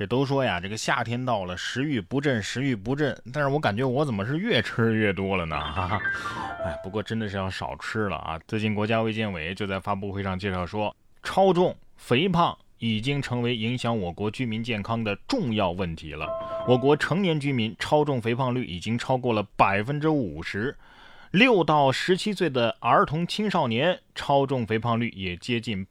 这都说呀，这个夏天到了，食欲不振，食欲不振。但是我感觉我怎么是越吃越多了呢？哈哈，哎，不过真的是要少吃了啊。最近国家卫健委就在发布会上介绍说，超重、肥胖已经成为影响我国居民健康的重要问题了。我国成年居民超重肥胖率已经超过了50%，6到17岁的儿童青少年超重肥胖率也接近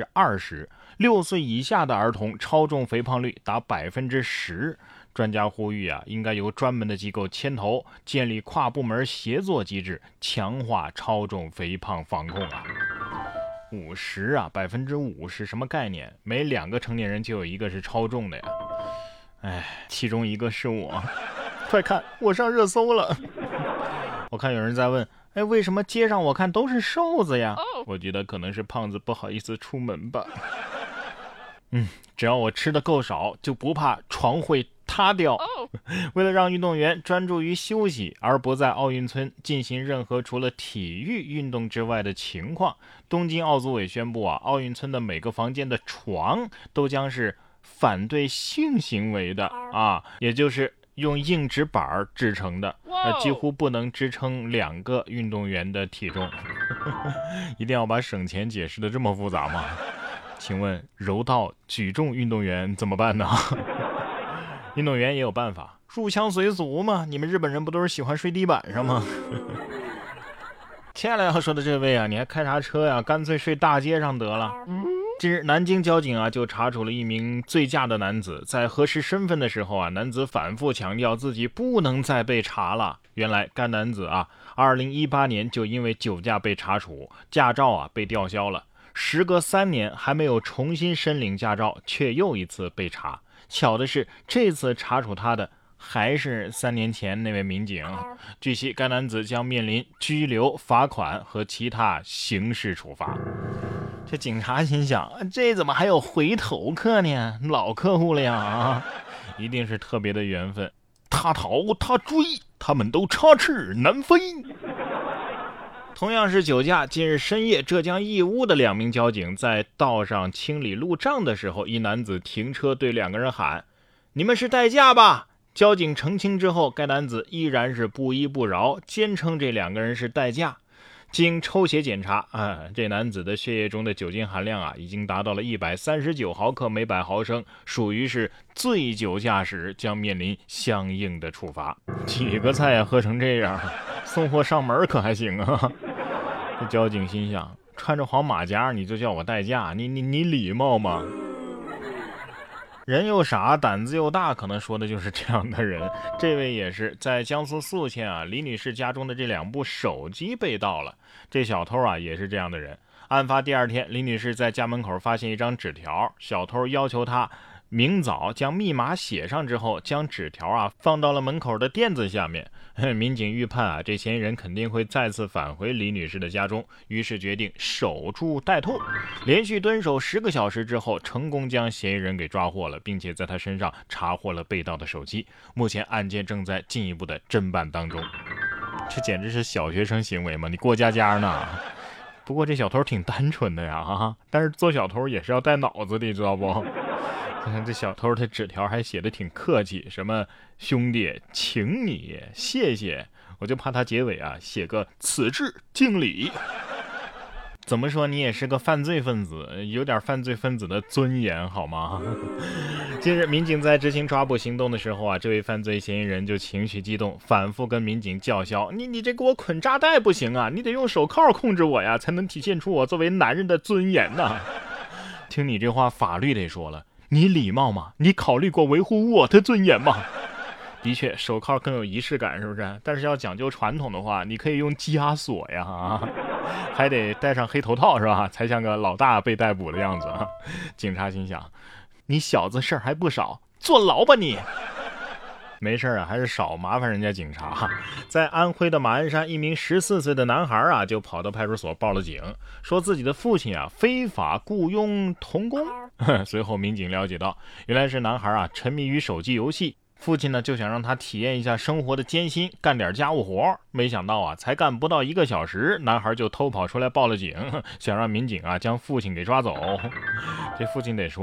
20%，6岁以下的儿童超重肥胖率达10%。专家呼吁啊，应该由专门的机构牵头，建立跨部门协作机制，强化超重肥胖防控啊。50啊，50%什么概念？每2个成年人就有1个是超重的呀。哎，其中1个是我。快看，我上热搜了。我看有人在问，哎，为什么街上我看都是瘦子呀？我觉得可能是胖子不好意思出门吧。只要我吃的够少，就不怕床会塌掉。为了让运动员专注于休息，而不在奥运村进行任何除了体育运动之外的情况，东京奥组委宣布啊，奥运村的每个房间的床都将是反对性行为的啊，也就是用硬纸板制成的，几乎不能支撑2个运动员的体重。一定要把省钱解释的这么复杂吗？请问柔道举重运动员怎么办呢？运动员也有办法，入乡随俗嘛。你们日本人不都是喜欢睡地板上吗？接下来要说的这位啊，你还开啥车呀？干脆睡大街上得了。近日，南京交警啊就查处了一名醉驾的男子，在核实身份的时候啊，男子反复强调自己不能再被查了。原来该男子啊，2018年就因为酒驾被查处，驾照啊被吊销了。时隔3年还没有重新申领驾照，却又一次被查。巧的是，这次查处他的还是3年前那位民警。据悉，该男子将面临拘留、罚款和其他刑事处罚。这警察心想，这怎么还有回头客呢？老客户了呀！一定是特别的缘分。他逃他追，他们都插翅难飞。同样是酒驾，近日深夜，浙江义乌的2名交警在道上清理路障的时候，一男子停车对2个人喊：“你们是代驾吧？”交警澄清之后，该男子依然是不依不饶，坚称这2个人是代驾。经抽血检查，这男子的血液中的酒精含量啊，已经达到了139毫克每100毫升，属于是醉酒驾驶，将面临相应的处罚。几个菜呀，喝成这样，送货上门可还行啊？这交警心想，穿着黄马甲你就叫我代驾，你礼貌吗？人又傻，胆子又大，可能说的就是这样的人。这位也是在江苏宿迁啊，李女士家中的这2部手机被盗了。这小偷啊也是这样的人。案发第2天，李女士在家门口发现一张纸条，小偷要求她明早将密码写上之后，将纸条啊放到了门口的垫子下面。民警预判啊，这嫌疑人肯定会再次返回李女士的家中，于是决定守株待兔。连续蹲守10个小时之后，成功将嫌疑人给抓获了，并且在他身上查获了被盗的手机。目前案件正在进一步的侦办当中。这简直是小学生行为吗？你过家家呢？不过这小偷挺单纯的呀，但是做小偷也是要带脑子的，知道不？看这小偷的纸条还写的挺客气，什么兄弟请你谢谢，我就怕他结尾啊写个此致敬礼。怎么说你也是个犯罪分子，有点犯罪分子的尊严好吗？近日民警在执行抓捕行动的时候啊，这位犯罪嫌疑人就情绪激动，反复跟民警叫嚣，你这给我捆扎带不行啊，你得用手铐控制我呀，才能体现出我作为男人的尊严呐。听你这话，法律得说了，你礼貌吗？你考虑过维护我的尊严吗？的确，手铐更有仪式感，是不是？但是要讲究传统的话，你可以用枷锁呀，还得戴上黑头套，是吧？才像个老大被逮捕的样子。警察心想，你小子事儿还不少，坐牢吧你。没事啊，还是少麻烦人家警察。在安徽的马鞍山，一名14岁的男孩啊，就跑到派出所报了警，说自己的父亲啊非法雇佣童工。随后民警了解到，原来是男孩啊沉迷于手机游戏，父亲呢就想让他体验一下生活的艰辛，干点家务活。没想到啊，才干不到1个小时，男孩就偷跑出来报了警，想让民警啊将父亲给抓走。这父亲得说了，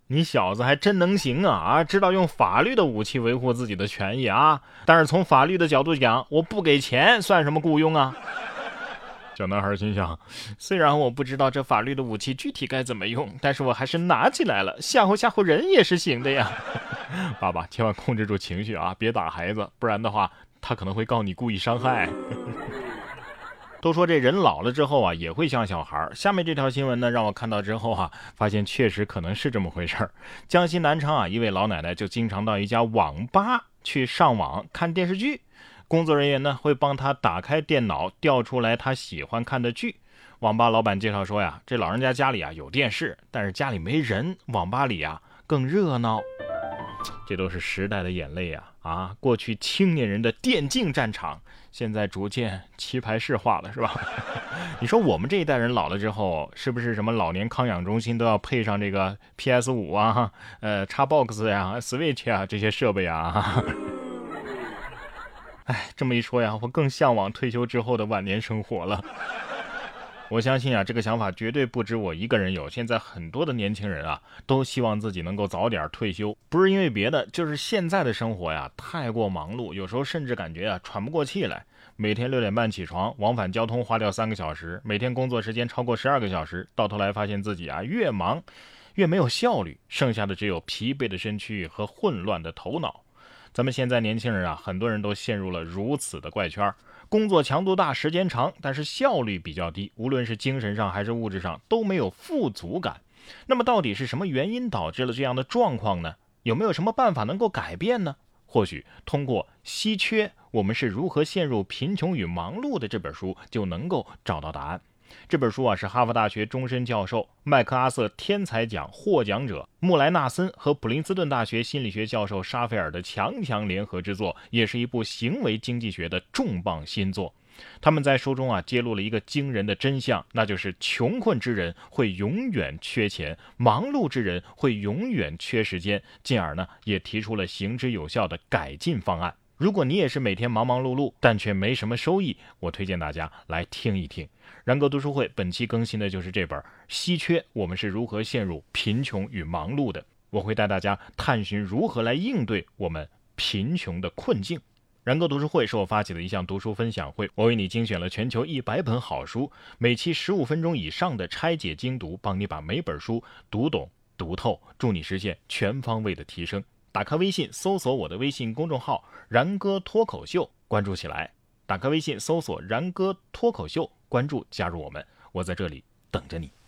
你小子还真能行啊！知道用法律的武器维护自己的权益啊！但是从法律的角度讲，我不给钱算什么雇佣啊？小男孩心想，虽然我不知道这法律的武器具体该怎么用，但是我还是拿起来了，吓唬吓唬人也是行的呀。爸爸千万控制住情绪啊，别打孩子，不然的话他可能会告你故意伤害。都说这人老了之后啊，也会像小孩。下面这条新闻呢，让我看到之后啊，发现确实可能是这么回事儿。江西南昌啊，一位老奶奶就经常到一家网吧去上网看电视剧，工作人员呢会帮她打开电脑，调出来她喜欢看的剧。网吧老板介绍说呀，这老人家家里啊有电视，但是家里没人，网吧里啊更热闹。这都是时代的眼泪啊！过去青年人的电竞战场，现在逐渐棋牌室化了，是吧？你说我们这一代人老了之后，是不是什么老年康养中心都要配上这个 PS5 啊、Xbox 呀、Switch 啊这些设备啊？哎，这么一说呀，我更向往退休之后的晚年生活了。我相信啊，这个想法绝对不止我一个人有。现在很多的年轻人啊，都希望自己能够早点退休，不是因为别的，就是现在的生活呀太过忙碌，有时候甚至感觉啊喘不过气来。每天6点半起床，往返交通花掉3个小时，每天工作时间超过12个小时，到头来发现自己啊越忙越没有效率，剩下的只有疲惫的身躯和混乱的头脑。咱们现在年轻人啊，很多人都陷入了如此的怪圈，工作强度大，时间长，但是效率比较低，无论是精神上还是物质上都没有富足感。那么到底是什么原因导致了这样的状况呢？有没有什么办法能够改变呢？或许通过《稀缺：我们是如何陷入贫穷与忙碌的》这本书就能够找到答案。这本书啊是哈佛大学终身教授、麦克阿瑟天才奖获奖者穆莱纳森和普林斯顿大学心理学教授沙菲尔的强联合之作，也是一部行为经济学的重磅新作。他们在书中啊揭露了一个惊人的真相，那就是穷困之人会永远缺钱，忙碌之人会永远缺时间，进而呢也提出了行之有效的改进方案。如果你也是每天忙忙碌碌，但却没什么收益，我推荐大家来听一听。然哥读书会本期更新的就是这本《稀缺：我们是如何陷入贫穷与忙碌的》，我会带大家探寻如何来应对我们贫穷的困境。然哥读书会是我发起的一项读书分享会，我为你精选了全球100本好书，每期15分钟以上的拆解精读，帮你把每本书读懂读透，助你实现全方位的提升。打开微信搜索我的微信公众号然哥脱口秀，关注起来。打开微信搜索然哥脱口秀，关注加入我们，我在这里等着你。